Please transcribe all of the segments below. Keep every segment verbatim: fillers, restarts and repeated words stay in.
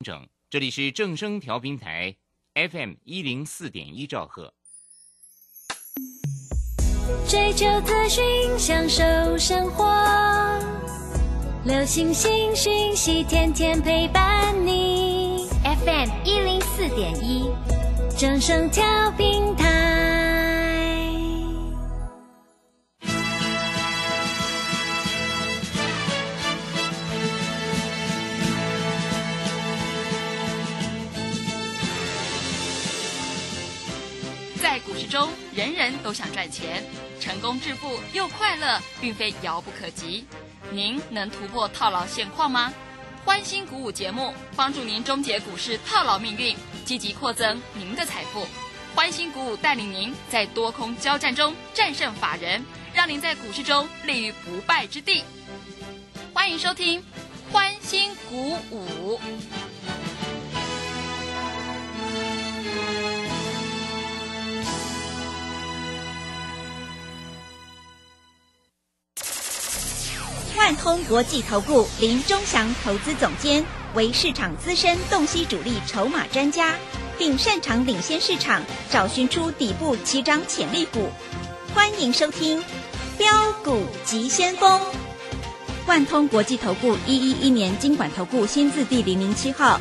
整，这里是正声调频台 F M 一零四点一兆赫。 追求资讯，享受生活，流行新讯息，天天陪伴你。F M 一零四点一，正声调频台。 在股市中，人人都想赚钱，成功致富又快乐，并非遥不可及。您能突破套牢现况吗？欢欣鼓舞节目帮助您终结股市套牢命运，积极扩增您的财富。欢欣鼓舞带领您在多空交战中战胜法人，让您在股市中立于不败之地。欢迎收听欢欣鼓舞。 万通国际投顾林钟祥投资总监为市场资深洞悉主力筹码专家，并擅长领先市场，找寻出底部起涨潜力股。欢迎收听标股急先锋。万通国际投顾一一一年金管投顾新字第零零七号。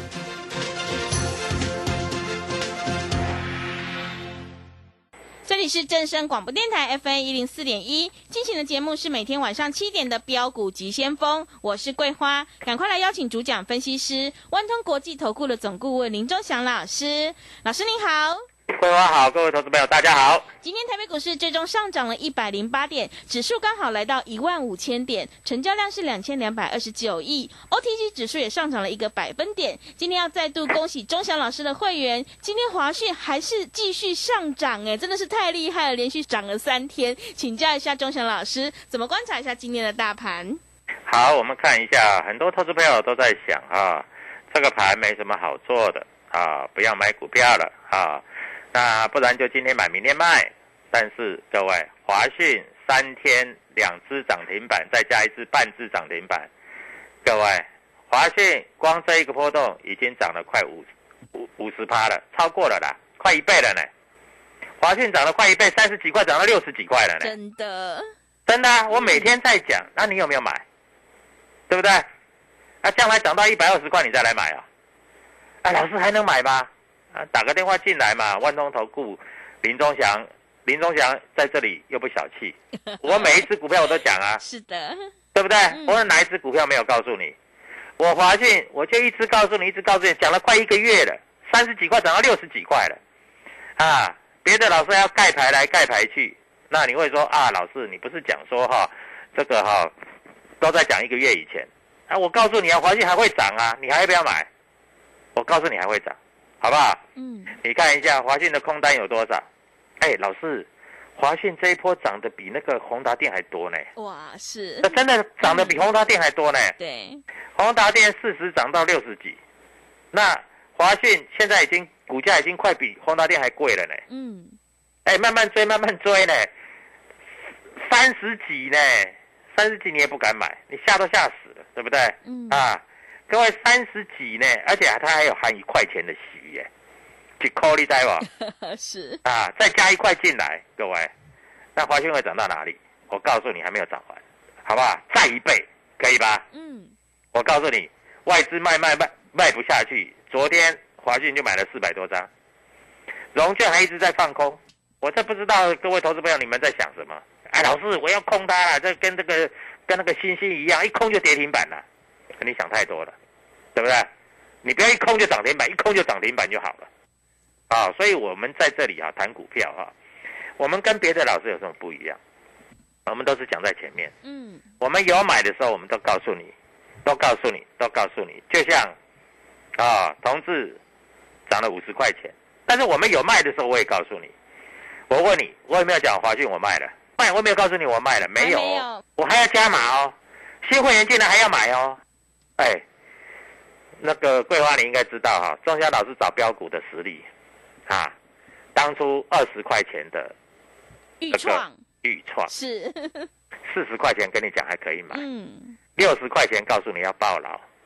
这里是正声广播电台 F M 一零四点一，进行的节目是每天晚上七点的标股急先锋，我是桂花，赶快来邀请主讲分析师万通国际投顾的总顾问林钟祥老师。老师您好。 桂花好，各位投资朋友大家好。 今天台北股市最终上涨了一百零八点，指数刚好来到一万五千点，成交量是两千两百二十九亿 ，O T C 指数也上涨了一个百分点。今天要再度恭喜钟祥老师的会员，今天华讯还是继续上涨，哎，真的是太厉害了，连续涨了三天。请教一下钟祥老师，怎么观察一下今天的大盘？ 好，我们看一下，很多投资朋友都在想啊，这个盘没什么好做的啊，不要买股票了啊。那不然就今天买明天卖，但是各位，华讯三天两只涨停板，再加一只半只涨停板，各位，华讯光这一个波动已经涨了快五五五十趴了，超过了啦，快一倍了呢。华讯涨了快一倍，三十几块涨到六十几块了呢。 真的， 真的、啊，我每天在讲，那你有没有买？对不对？那、啊、将来涨到一百二十块你再来买啊？啊，老师还能买吗？啊，打个电话进来嘛，万通投顾林钟祥，林钟祥在这里又不小气，我每一只股票我都讲啊， 是的， 对不对？ 嗯、 我有哪一只股票没有告诉你？我华讯我就一直告诉你，一直告诉你，讲了快一个月了，三十几块涨到六十几块了，啊，别的老师还要盖牌来盖牌去，那你会说啊，老师你不是讲说哈，这个哈都在讲一个月以前啊，我告诉你啊，华讯还会涨啊，你还要不要买？我告诉你还会涨。好不好？嗯，你看一下华讯的空单有多少？哎，老师，华讯这一波涨得比那个宏达电还多呢。 哇，是， 真的涨得比宏达电还多呢。 嗯、对， 宏达电四十涨到六十几，那华讯现在已经股价已经快比宏达电还贵了呢。嗯，哎，慢慢追，慢慢追呢，三十几呢，三十几你也不敢买，你吓都吓死了，对不对？嗯啊。各位三十几呢，而且它还有含一块钱的息耶，几块你知不？ 是啊，再加一块进来，各位，那华讯会涨到哪里？我告诉你，还没有涨完，好不好？再一倍，可以吧？嗯，我告诉你，外资卖卖卖卖不下去，昨天华讯就买了四百多张，融券还一直在放空，我这不知道各位投资朋友你们在想什么？哎，老师，我要空它了，这跟这个跟那个星星一样，一空就跌停板了，你想太多了。对不对？你不要一空就涨停板，一空就涨停板就好了，啊！所以我们在这里啊谈股票啊，我们跟别的老师有什么不一样？我们都是讲在前面，嗯，我们有买的时候，我们都告诉你，都告诉你，都告诉你，就像啊，同志涨了五十块钱，但是我们有卖的时候，我也告诉你。我问你，我有没有讲华讯我卖了？卖，我有没有告诉你我卖了？没有，没有，我还要加码哦，新会员进来还要买哦，哎。那个桂花你应该知道哈，钟祥老师找标股的实力，啊，当初二十块钱的预创， 预创是四十块钱跟你讲还可以买，嗯，六十块钱告诉你要抱牢，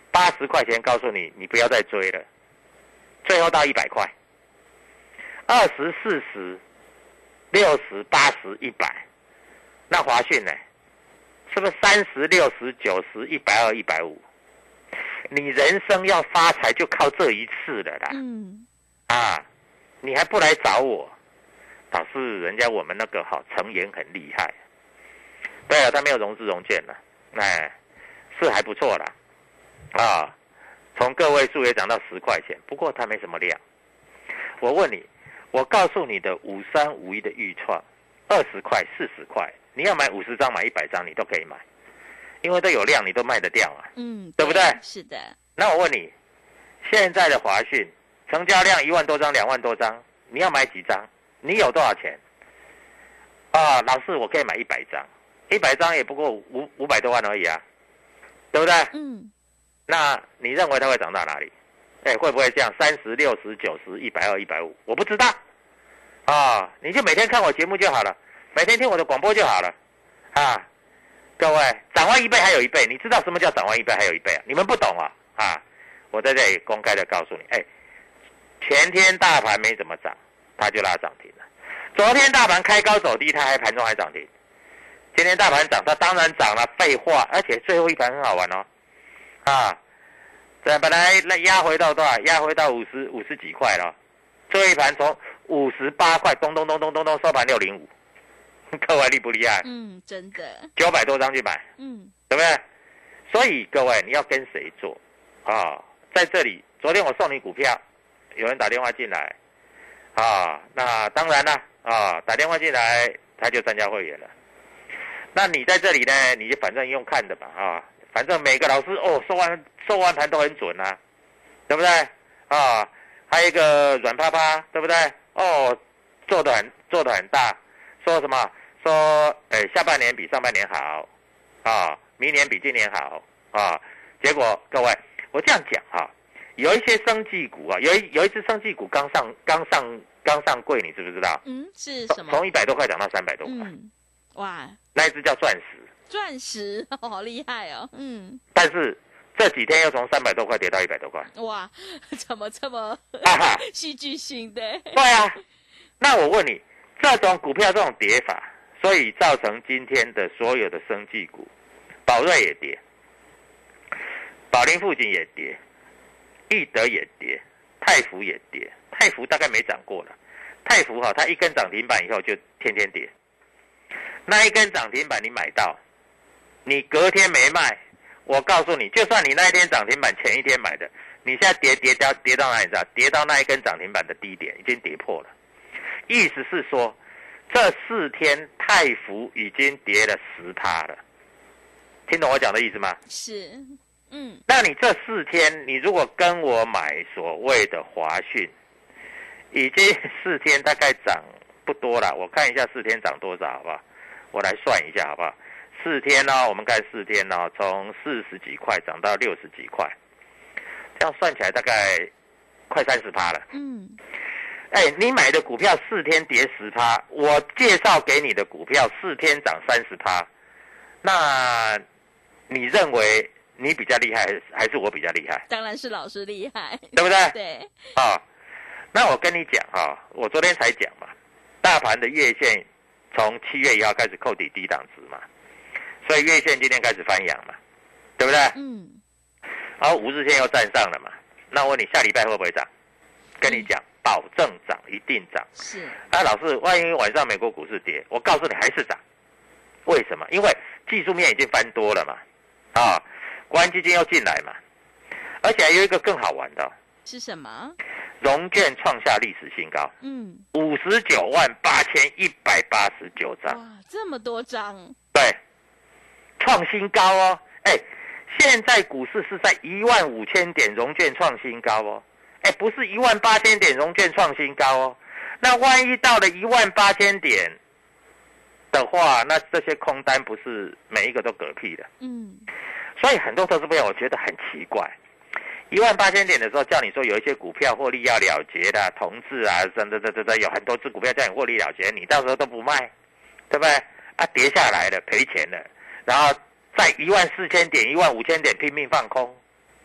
八十块钱告诉你，你不要再追了，最后到一百块，二十、四十、六十、八十、一百，那华讯呢？是不是三十、六十、九十、一百二、一百五？你人生要发财就靠这一次了啦。嗯。啊，你还不来找我？导致人家我们那个好成言很厉害。对了，他没有融资融券了，哎，是还不错啦。啊，从个位数也涨到十块钱，不过它没什么量。我问你，我告诉你的五三五一的预创，二十块、四十块。你要买五十张，买一百张，你都可以买，因为都有量，你都卖得掉啊。 嗯， 对不对？ 是的。那我问你，现在的华讯成交量一万多张、两万多张，你要买几张？你有多少钱？啊，老师，我可以买一百张，一百张也不过五五百多万而已啊，对不对？嗯。那你认为它会涨到哪里？哎，会不会这样？三十、六十、九十、一百二、一百五？我不知道。啊，你就每天看我节目就好了。每天听我的广播就好了，啊，各位，涨完一倍还有一倍，你知道什么叫涨完一倍还有一倍啊？你们不懂啊，啊，我在这里公开的告诉你，哎，前天大盘没怎么涨，它就拉涨停了；昨天大盘开高走低，它还盘中还涨停；今天大盘涨，它当然涨了，废话，而且最后一盘很好玩哦，啊，这本来压回到多少？压回到五十五十几块了，最后一盘从五十八块咚咚咚咚咚咚收盘六零五。各位厉不厉害？ 嗯，真的。 九百多张去买，嗯，对不对？所以各位你要跟谁做啊？在这里，昨天我送你股票，有人打电话进来，啊，那当然了，啊，打电话进来他就参加会员了。那你在这里呢，你就反正用看的吧，啊，反正每个老师哦收完收完盘都很准啊，对不对？啊，还有一个软趴趴，对不对？哦，做的很做的很大。说什么？说，呃，下半年比上半年好，啊，明年比今年好，啊，结果各位，我这样讲哈，有一些生技股啊，有一有一只生技股刚上刚上刚上柜，你知不知道？ 嗯，是什么？ 从一百多块涨到三百多块， 嗯，哇， 那一只叫钻石， 钻石，哦，好厉害哦，嗯， 但是这几天又从三百多块跌到一百多块， 哇，怎么这么戏剧性的？ 对啊，那我问你。这种股票这种跌法，所以造成今天的所有的生技股，宝瑞也跌，宝林富锦也跌，易德也跌，泰福也跌，泰福大概没涨过了，泰福哈，它一根涨停板以后就天天跌，那一根涨停板你买到，你隔天没卖，我告诉你，就算你那一天涨停板前一天买的，你现在跌跌到跌到哪里知道？跌到那一根涨停板的低点，已经跌破了。意思是说，这四天泰福已经跌了十趴了，听懂我讲的意思吗？ 是，嗯。 那你这四天，你如果跟我买所谓的华讯，已经四天大概涨不多了，我看一下四天涨多少，好不好？我来算一下，好不好？四天呢、哦，我们看四天呢、哦，从四十几块涨到六十几块，这样算起来大概快三十趴了。嗯。哎，你买的股票四天跌十趴，我介绍给你的股票四天涨三十趴，那你认为你比较厉害，还是我比较厉害？ 当然是老师厉害， 对不对？ 对。 啊，那我跟你讲哈，我昨天才讲嘛，大盘的月线从七月一号开始扣底低档值嘛，所以月线今天开始翻阳嘛，对不对？嗯。然后五日线又站上了嘛，那我问你下礼拜会不会涨？跟你讲。保证涨，一定涨。 是。 那、啊、老师，万一晚上美国股市跌，我告诉你还是涨。为什么？因为技术面已经翻多了嘛，啊，国安基金又进来嘛，而且还有一个更好玩的。 是什么？ 融券创下历史新高。嗯。五十九万八千一百八十九张。 哇，这么多张。 对。创新高哦，哎，现在股市是在一万五千点，融券创新高哦。哎，不是一万八千点融券创新高哦，那万一到了一万八千点的话，那这些空单不是每一个都嗝屁的？嗯，所以很多投资朋友我觉得很奇怪，一万八千点的时候叫你说有一些股票获利要了结的，同志啊，真的真的真的有很多只股票叫你获利了结，你到时候都不卖，对不对？啊，跌下来了，赔钱了，然后在一万四千点、一万五千点拼命放空，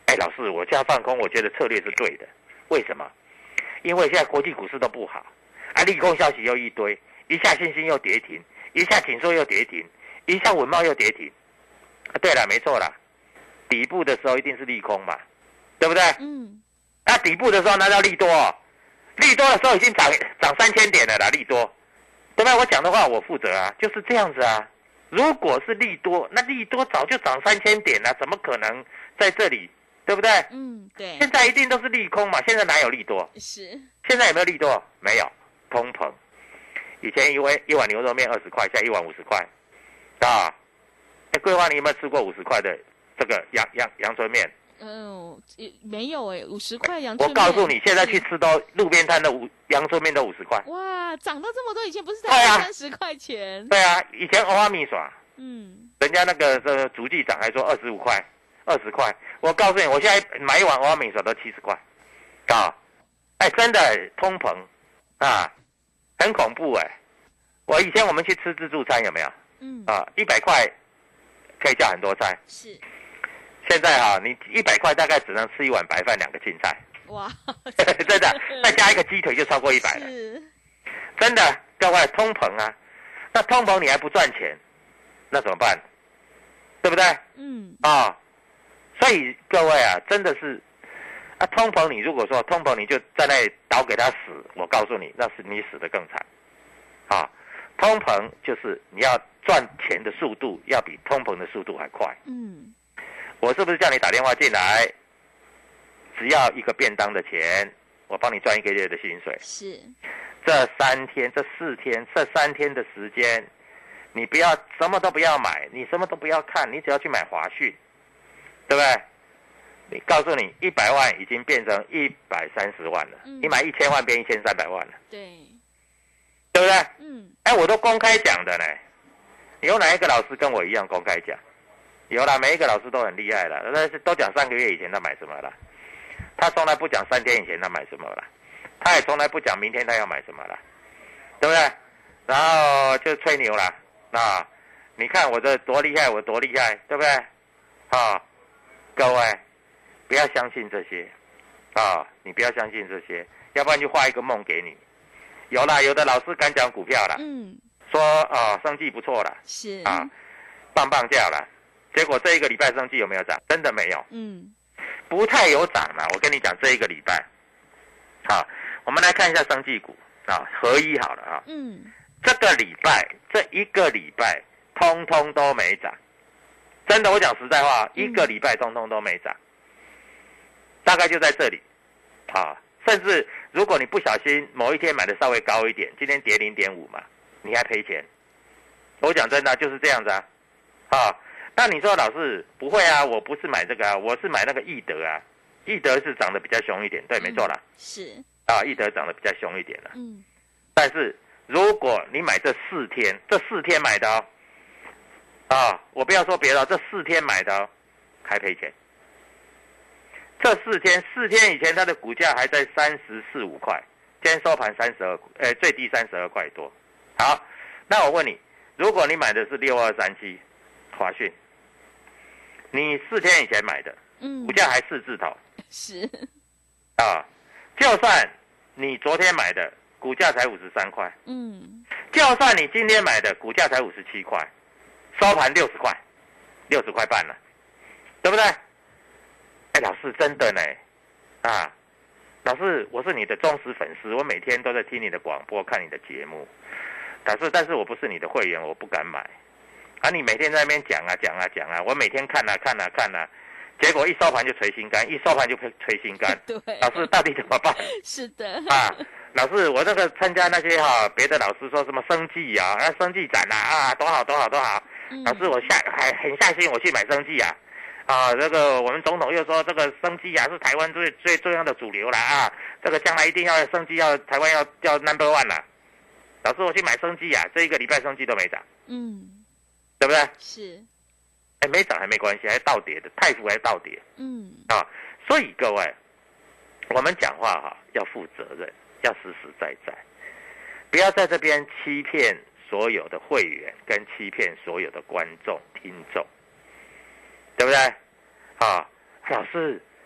哎，老师，我这样放空，我觉得策略是对的。为什么？因为现在国际股市都不好，啊，利空消息又一堆，一下信心又跌停，一下紧缩又跌停，一下文茂又跌停。啊，对了，没错啦，底部的时候一定是利空嘛，对不对？嗯。那、啊、底部的时候难道利多？利多的时候已经涨涨三千点了啦，利多，对吧？我讲的话我负责啊，就是这样子啊。如果是利多，那利多早就涨三千点了，怎么可能在这里？对不对？ 嗯，对。 现在一定都是利空嘛，现在哪有利多？ 是。 现在有没有利多？没有，通膨。以前一碗一碗牛肉面二十块，现在一碗五十块，啊？哎，桂花，你有没有吃过五十块的这个阳阳阳春面？ 嗯，没有哎，五十块阳春面。 我告诉你，现在去吃都路边摊的五阳春面都五十块。 哇，涨到这么多，以前不是才三十块钱？ 对啊，以前欧阿米耍， 嗯， 人家那个这个主计长还说二十五块。二十块，我告诉你，我现在买一碗欧米索都七十块，啊，哎，真的通膨啊，很恐怖哎！我以前我们去吃自助餐有没有？嗯，啊，一百块可以叫很多菜， 是。 现在哈、啊，你一百块大概只能吃一碗白饭，两个青菜。 哇， 真的，再加一个鸡腿就超过一百了。 是， 真的，各位通膨啊，那通膨你还不赚钱，那怎么办？对不对？嗯，啊。所以各位啊，真的是啊，通膨你如果说通膨你就在那里倒给他死，我告诉你，那是你死得更惨。啊，通膨就是你要赚钱的速度要比通膨的速度还快。嗯，我是不是叫你打电话进来，只要一个便当的钱，我帮你赚一个月的薪水？ 是。 这三天、这四天、这三天的时间，你不要什么都不要买，你什么都不要看，你只要去买华讯。对不对？你告诉你，一百万已经变成一百三十万了，嗯、你买一千万变一千三百万了， 对， 对不对？嗯，哎，我都公开讲的呢。有哪一个老师跟我一样公开讲？有啦，每一个老师都很厉害了，但是都讲三个月以前他买什么了，他从来不讲三天以前他买什么了，他也从来不讲明天他要买什么了，对不对？然后就吹牛了，啊，你看我这多厉害，我多厉害，对不对？啊。各位，不要相信这些，啊，你不要相信这些，要不然就画一个梦给你。有啦，有的老师敢讲股票啦，嗯，说啊，生技不错啦， 是啊，棒棒叫啦，结果这一个礼拜生技有没有涨？真的没有，嗯，不太有涨啦。我跟你讲，这一个礼拜，好，我们来看一下生技股啊，合一好了啊，嗯，这个礼拜这一个礼拜通通都没涨。真的，我讲实在话，一个礼拜通通都没涨，大概就在这里，啊，甚至如果你不小心某一天买的稍微高一点，今天跌零点五嘛，你还赔钱。我讲真的就是这样子啊，啊，那你说老师不会啊，我不是买这个啊，我是买那个易德啊，易德是涨得比较凶一点，对，没错啦， 是啊，易德涨得比较凶一点了，嗯，但是如果你买这四天，这四天买的哦。啊，我不要说别的，这四天买的、哦、还赔钱。这四天，四天以前它的股价还在三十四五块，今天收盘三十二，呃，最低三十二块多。好，那我问你，如果你买的是六二三七华讯，你四天以前买的，嗯，股价还四字头， 是啊，就算你昨天买的股价才五十三块，嗯，就算你今天买的股价才五十七块。收盘六十块，六十块半了，对不对？哎，老师真的呢，啊，老师我是你的忠实粉丝，我每天都在听你的广播，看你的节目，但是但是我不是你的会员，我不敢买。啊，你每天在那边讲啊讲啊讲啊，我每天看啊看啊看啊，结果一收盘就捶心肝，一收盘就捶心肝。 对， 老师到底怎么办？ 是的啊。老师，我这个参加那些哈、啊，别的老师说什么生技啊，那生技展啊，啊，多好多好多好。嗯、老师，我下还很下心，我去买生技啊，啊，这个我们总统又说这个生技啊是台湾最最重要的主流了啊，这个将来一定要生技要台湾要要 number one 了。老师，我去买生技啊，这一个礼拜生技都没涨，嗯，对不对？ 是， 哎，没涨还没关系，还倒跌的，泰福还倒跌，嗯，啊，所以各位，我们讲话哈、啊、要负责任。要实实在在，不要在这边欺骗所有的会员，跟欺骗所有的观众、听众，对不对？啊，老师，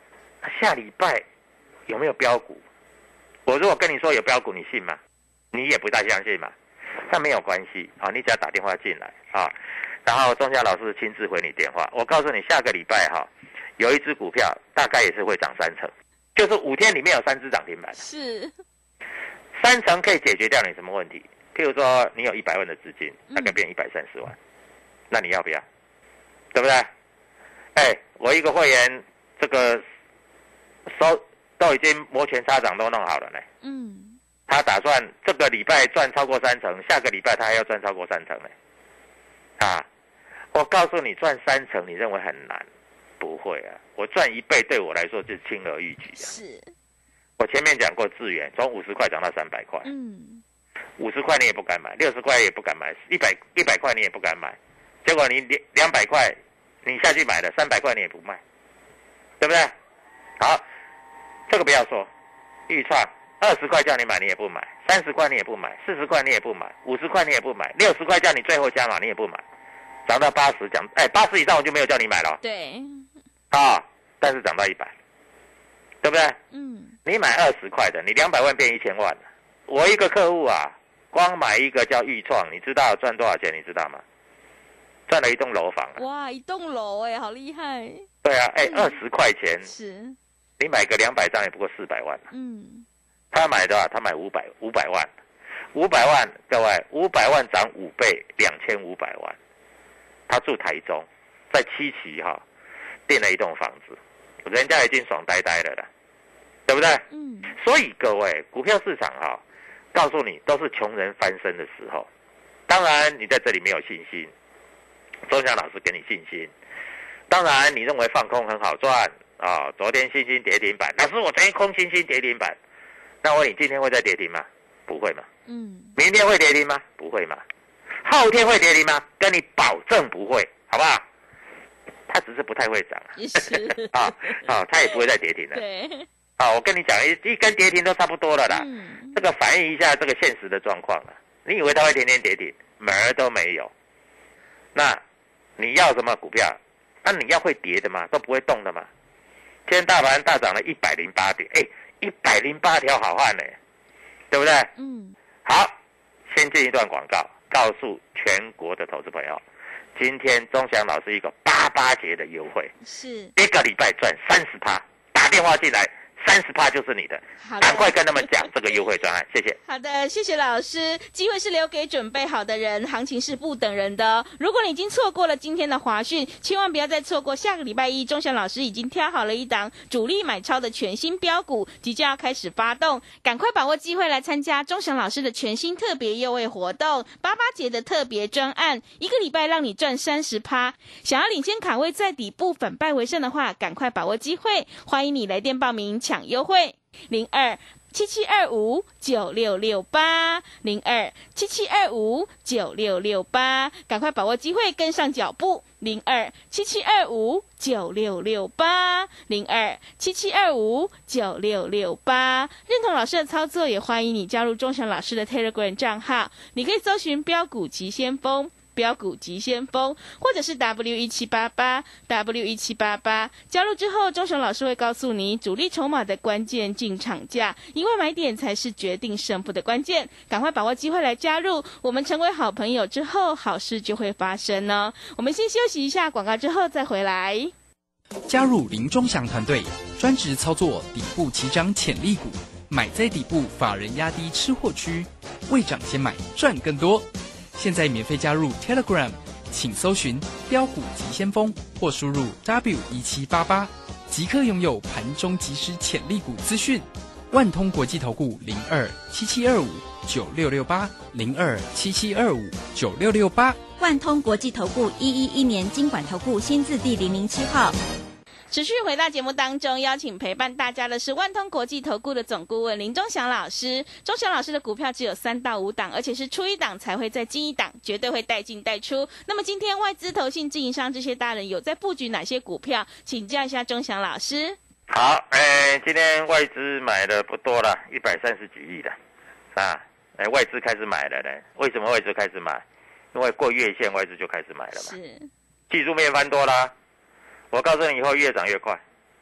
下礼拜有没有标股？我如果跟你说有标股，你信吗？你也不大相信嘛。那没有关系啊，你只要打电话进来啊，然后钟祥老师亲自回你电话。我告诉你，下个礼拜哈，有一只股票大概也是会涨三成，就是五天里面有三只涨停板。 是， 三成可以解决掉你什么问题？譬如说，你有一百万的资金，大概变一百三十万，嗯、那你要不要？对不对？哎，我一个会员，这个收都已经摩拳擦掌都弄好了呢。嗯。他打算这个礼拜赚超过三成，下个礼拜他还要赚超过三成呢。啊，我告诉你，赚三成你认为很难？不会啊，我赚一倍对我来说就是轻而易举啊。是。我前面讲过智原从五十块涨到三百块，嗯，五十块你也不敢买，六十块也不敢买，一百一百块你也不敢买，结果你两两百块你下去买了，三百块你也不卖，对不对？好，这个不要说，预创。二十块叫你买你也不买，三十块你也不买，四十块你也不买，五十块你也不买，六十块叫你最后加码你也不买，涨到八十讲，哎，八十以上我就没有叫你买了。 对， 啊，但是涨到一百，对不对？嗯，你买二十块的，你两百万变一千万了。我一个客户啊，光买一个叫豫创，你知道赚多少钱？你知道吗？赚了一栋楼房、啊。 哇，一栋楼哎，好厉害。 对啊，哎，二十块钱是， 你买个两百张也不过四百万、啊。嗯。他买的、啊，他买五百五百万，五百万，各位，五百万涨五倍，两千五百万。他住台中，在七期哈、啊，订了一栋房子，人家已经爽呆呆了啦，对不对？嗯。所以各位，股票市场哈、啊，告诉你都是穷人翻身的时候。当然，你在这里没有信心，钟祥老师给你信心。当然，你认为放空很好赚啊、哦？昨天星星跌停板，老师我昨天空星星跌停板。那我问你，今天会再跌停吗？不会嘛。嗯。明天会跌停吗？不会嘛。后天会跌停吗？跟你保证不会，好不好？它只是不太会涨啊。是。啊啊，它也不会再跌停了。对。啊，我跟你讲，一一根跌停都差不多了啦。嗯。这个反映一下这个现实的状况了。你以为它会天天跌停，门儿都没有。那你要什么股票？那你要会跌的嘛，都不会动的嘛。今天大盘大涨了一百零八点，哎。一百零八条好汉呢，对不对？嗯。好，先进一段广告，告诉全国的投资朋友，今天钟祥老师一个八八节的优惠，是一个礼拜赚三十趴，打电话进来。三十趴就是你的，赶快跟他们讲这个优惠专案，谢谢。 好的，谢谢老师。机会是留给准备好的人，行情是不等人的、哦。如果你已经错过了今天的华讯，千万不要再错过下个礼拜一，钟祥老师已经挑好了一档主力买超的全新标股，即将要开始发动，赶快把握机会来参加钟祥老师的全新特别优惠活动，八八节的特别专案，一个礼拜让你赚三十趴。想要领先卡位在底部反败为胜的话，赶快把握机会，欢迎你来电报名抢优惠零二七七二五九六六八零二七七二五九六六八，赶快把握机会，跟上脚步零二七七二五九六六八零二七七二五九六六八。认同老师的操作，也欢迎你加入钟祥老师的 Telegram 账号，你可以搜寻标股急先锋。标股急先锋，或者是 W 一七八八 W 一七八八，加入之后，钟祥老师会告诉你主力筹码的关键进场价，因为买点才是决定胜负的关键。赶快把握机会来加入，我们成为好朋友之后，好事就会发生哦。我们先休息一下广告，之后再回来。 加入林钟祥团队，专职操作底部起涨潜力股，买在底部，法人压低吃货区，未涨先买赚更多。现在免费加入 Telegram， 请搜寻标股急先锋或输入 W 一七八八，即刻拥有盘中即时潜力股资讯。万通国际投顾零二七七二五九六六八零二七七二五九六六八， 万通国际投顾一一一年金管投顾新字第零零七号。 持续回到节目当中，邀请陪伴大家的是万通国际投顾的总顾问林钟祥老师。钟祥老师的股票只有三到五档，而且是出一档才会再进一档，绝对会带进带出。那么今天外资、投信、自营商这些大人有在布局哪些股票？请教一下钟祥老师。 好，哎，今天外资买的不多了，一百三十几亿的啊，哎，外资开始买了呢。为什么外资开始买？因为过月线，外资就开始买了嘛。是，技术面翻多啦。我告诉你，以后越涨越快，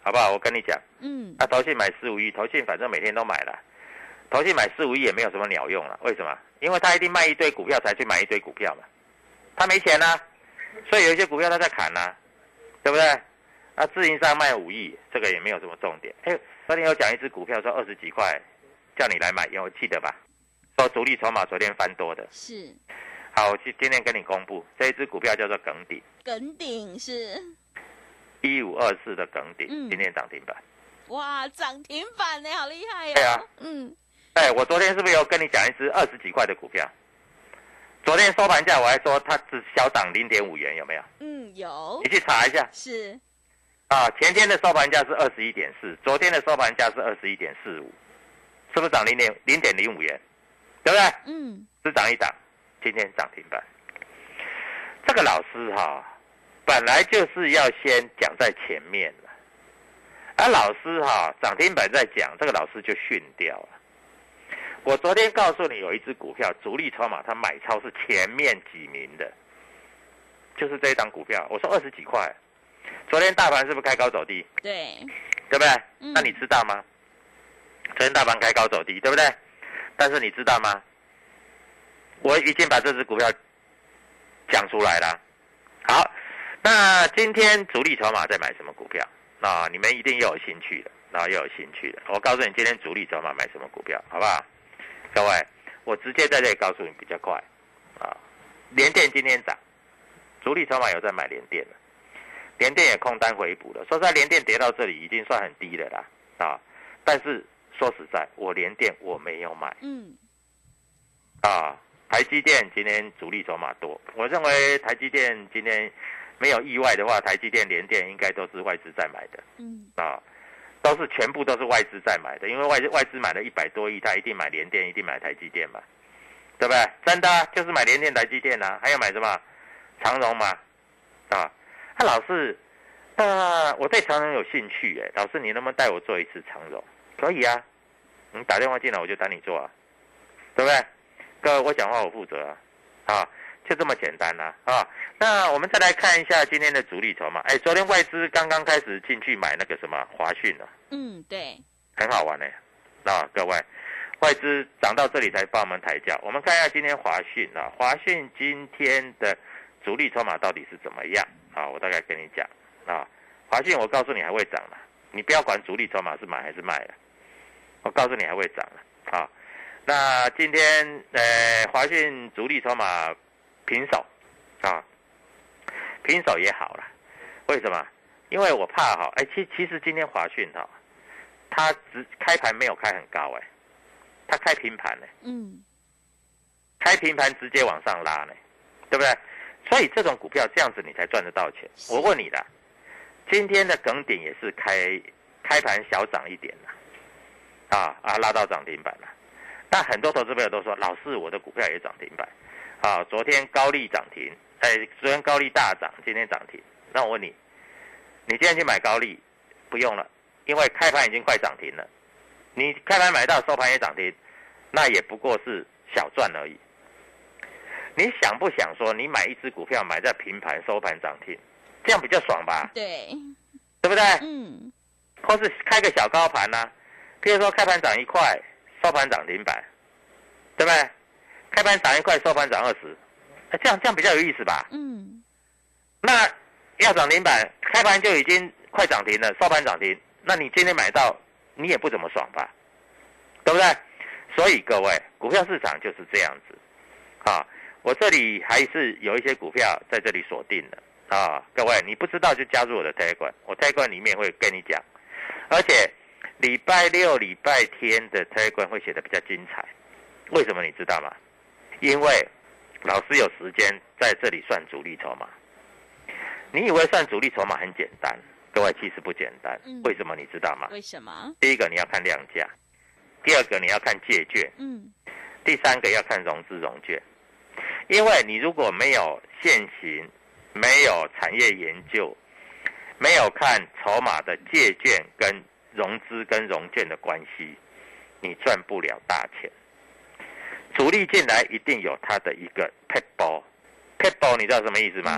好不好？我跟你讲， 嗯， 啊，投信买十五亿，投信反正每天都买了，投信买十五亿也没有什么鸟用了。为什么？因为他一定卖一堆股票才去买一堆股票嘛，他没钱啊，所以有一些股票他在砍啊，对不对？啊，自营商卖五亿，这个也没有什么重点。哎，昨天有讲一只股票说二十几块，叫你来买，有记得吧？说主力筹码昨天翻多的。 是。 好，我今天跟你公布，这一只股票叫做耿鼎。 耿鼎是一五二四的耿鼎， 嗯、 今天涨停板。 哇，涨停板呢，好厉害哦！ 对啊， 嗯， 哎，我昨天是不是有跟你讲一只二十几块的股票？昨天收盘价我还说它只小涨零点五元，有没有？ 嗯，有。 你去查一下。 是。 啊，前天的收盘价是二十一点四，昨天的收盘价是二十一点四五，是不是涨零点零点零五元？对不对？ 嗯。 只涨一档，今天涨停板。这个老师哈，本来就是要先讲在前面了，而老师哈涨停板在讲，这个老师就训掉了。我昨天告诉你有一只股票，主力筹码它买超是前面几名的，就是这一档股票。我说二十几块，昨天大盘是不是开高走低？ 对， 对不对？ 嗯、 那你知道吗？昨天大盘开高走低，对不对？但是你知道吗？我已经把这只股票讲出来了。好，那今天主力筹码在买什么股票？啊，你们一定又有兴趣了，啊，又有兴趣了。我告诉你，今天主力筹码买什么股票，好不好？各位，我直接在这里告诉你比较快。啊，联电今天涨，主力筹码有在买联电了，联电也空单回补了。说实在，联电跌到这里已经算很低了啦。啊，但是说实在，我联电我没有买。 嗯。 啊。台积电今天主力筹码多，我认为台积电今天没有意外的话，台积电、联电应该都是外资在买的，嗯啊，都是全部都是外资在买的，因为外外资买了一百多亿，他一定买联电，一定买台积电嘛，对不对？真的、啊、就是买联电、台积电啊，还要买什么长荣嘛，啊，他、啊、老师，那我对长荣有兴趣哎，老师你能不能带我做一次长荣？可以啊，你打电话进来我就带你做啊，对不对？各位，我讲话我负责啊，啊，就这么简单啦 啊, 啊。那我们再来看一下今天的主力筹码。哎，昨天外资刚刚开始进去买那个什么华讯了。 嗯，对， 很好玩呢、欸。啊，各位，外资涨到这里才帮我们抬轿。我们看一下今天华讯啊，华讯今天的主力筹码到底是怎么样啊？我大概跟你讲啊，华讯我告诉你还会涨了，你不要管主力筹码是买还是卖了，我告诉你还会涨了啊。那今天呃，华讯主力筹码平手啊，平手也好了。为什么？因为我怕哈，哎，其其实今天华讯哈，它只开盘没有开很高哎，它开平盘呢，嗯，开平盘直接往上拉呢，对不对？所以这种股票这样子你才赚得到钱。我问你啦，今天的耿鼎也是开开盘小涨一点啦，啊啊，拉到涨停板了。但很多投资朋友都说，老师，我的股票也涨停板，啊，昨天高利涨停，哎，昨天高利大涨，今天涨停。那我问你，你今天去买高利，不用了，因为开盘已经快涨停了。你开盘买到，收盘也涨停，那也不过是小赚而已。你想不想说，你买一只股票买在平盘，收盘涨停，这样比较爽吧？ 对， 对不对？ 嗯。 或是开个小高盘啊，譬如说开盘涨一块。收盘涨停板，对不对？开盘涨一块，收盘涨二十，这样这样比较有意思吧？嗯。那要涨停板，开盘就已经快涨停了，收盘涨停，那你今天买到，你也不怎么爽吧？对不对？所以各位，股票市场就是这样子啊。我这里还是有一些股票在这里锁定的啊。各位，你不知道就加入我的 Telegram， 我 Telegram 里面会跟你讲，而且。礼拜六、礼拜天的 Telegram 会写得比较精彩，为什么你知道吗？因为老师有时间在这里算主力筹码。你以为算主力筹码很简单，各位其实不简单。嗯、为什么你知道吗？ 为什么？ 第一个你要看量价，第二个你要看借券，嗯，第三个要看融资融券。因为你如果没有现行，没有产业研究，没有看筹码的借券跟融资跟融券的关系，你赚不了大钱。主力进来一定有它的一个 pitbull，pitbull 你知道什么意思吗？嗯、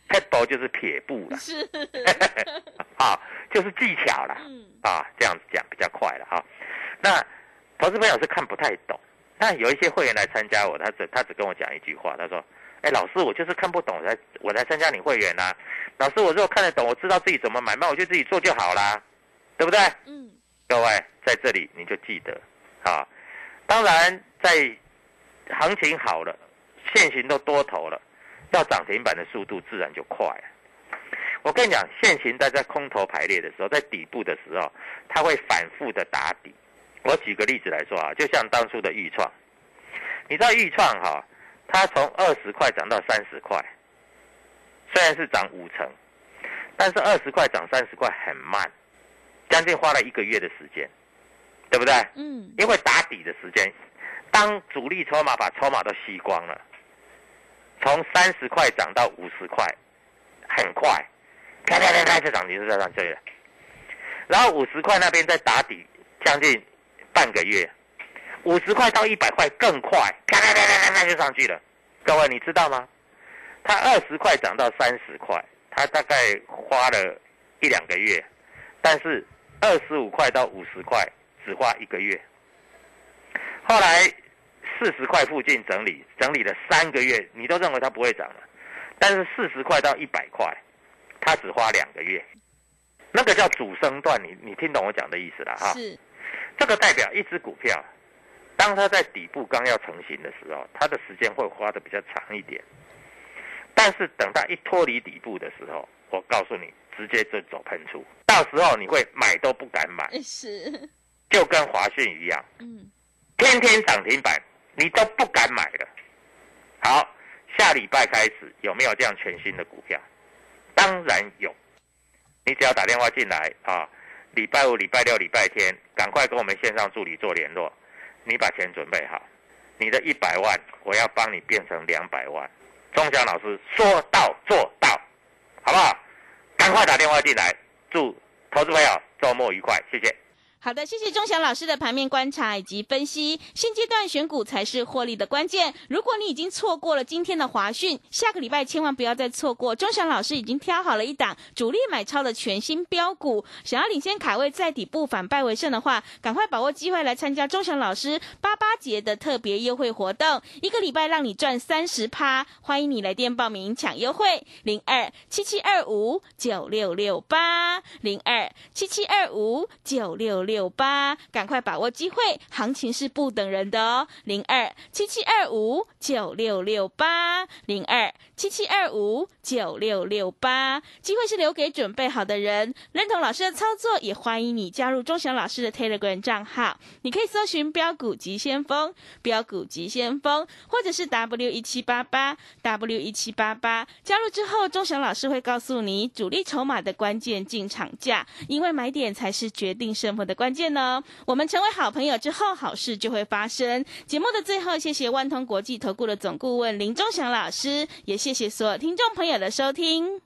，pebble 就是撇步了， 是， 啊，就是技巧了， 嗯， 啊，这样子讲比较快了哈。那投资朋友是看不太懂，那有一些会员来参加我，他只他只跟我讲一句话，他说：“哎，老师，我就是看不懂，我才我来参加你会员啊。老师，我如果看得懂，我知道自己怎么买卖，我就自己做就好啦，对不对？” 嗯， 各位在这里你就记得啊，当然在行情好了，现行都多头了，要涨停板的速度自然就快了。我跟你讲，现行在在空头排列的时候，在底部的时候，它会反复的打底。我举个例子来说啊，就像当初的裕创，你知道裕创哈，它从二十块涨到三十块，虽然是涨五成，但是二十块涨三十块很慢，将近花了一个月的时间，对不对？ 嗯， 因为打底的时间，当主力筹码把筹码都吸光了，从三十块涨到五十块，很快，啪啪啪啪就涨停就上去了。然后五十块那边再打底，将近半个月，五十块到一百块更快，啪啪啪啪啪就上去了。各位你知道吗？它二十块涨到三十块，它大概花了一两个月，但是二十五块到五十块只花一个月。后来四十块附近整理，整理了三个月，你都认为它不会涨了，但是四十块到一百块，它只花两个月。那个叫主升段，你你听懂我讲的意思了哈？ 是， 这个代表一只股票，当它在底部刚要成型的时候，它的时间会花的比较长一点。但是等它一脱离底部的时候，我告诉你，直接就走喷出，到时候你会买都不敢买， 是， 就跟华讯一样， 嗯， 天天涨停板，你都不敢买了。好，下礼拜开始有没有这样全新的股票？当然有，你只要打电话进来啊，礼拜五、礼拜六、礼拜天，赶快跟我们线上助理做联络，你把钱准备好，你的一百万我要帮你变成两百万。钟祥老师说到做到，好不好？赶快打电话进来，祝投资朋友周末愉快，谢谢。 好的，谢谢钟祥老师的盘面观察以及分析。现阶段选股才是获利的关键。如果你已经错过了今天的华讯，下个礼拜千万不要再错过。钟祥老师已经挑好了一档主力买超的全新标股，想要领先卡位在底部反败为胜的话，赶快把握机会来参加钟祥老师八八节的特别优惠活动，一个礼拜让你赚三十趴。欢迎你来电报名抢优惠，零二七七二五九六六八零二七七二五九六六八，赶快把握机会，行情是不等人的哦。零二七七二五九六六八，零二七七二五九六六八，机会是留给准备好的人。认同老师的操作，也欢迎你加入钟祥老师的 Telegram 账号，你可以搜寻标股急先锋、标股急先锋，或者是 W 一七八八 W 一七八八。加入之后，钟祥老师会告诉你主力筹码的关键进场价，因为买点才是决定胜负的关键呢。我们成为好朋友之后，好事就会发生。节目的最后，谢谢万通国际投顾的总顾问林钟祥老师，也谢谢所有听众朋友的收听。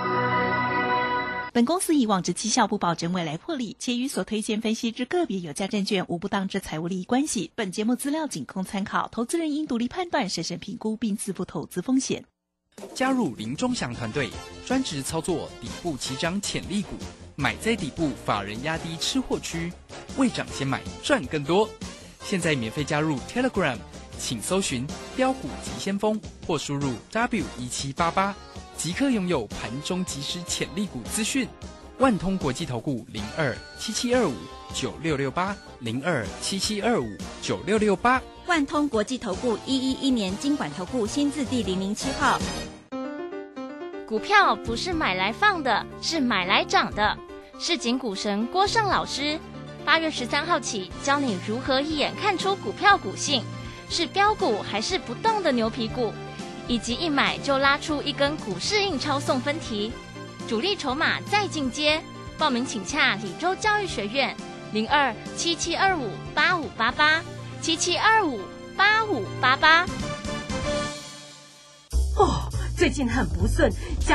本公司以往之绩效不保证未来获利，且与所推荐分析之个别有价证券无不当之财务利益关系。本节目资料仅供参考，投资人应独立判断、审慎评估并自负投资风险。 加入林钟祥团队，专职操作底部起涨潜力股，买在底部，法人压低吃货区，未涨先买赚更多。现在免费加入 Telegram， 请搜寻标股急先锋或输入 W 一七八八，即刻拥有盘中即时潜力股资讯。万通国际投顾零二七七二五九六六八零二七七二五九六六八。 万通国际投顾一一一年金管投顾新字第零零七号。 股票不是买来放的，是买来涨的。市井股神郭胜老师，八月十三号起教你如何一眼看出股票股性，是标股还是不动的牛皮股，以及一买就拉出一根股市印钞送分题，主力筹码再进阶。报名请洽李州教育学院零二七七二五八五八八七七二五八五八八。 哦，最近很不顺。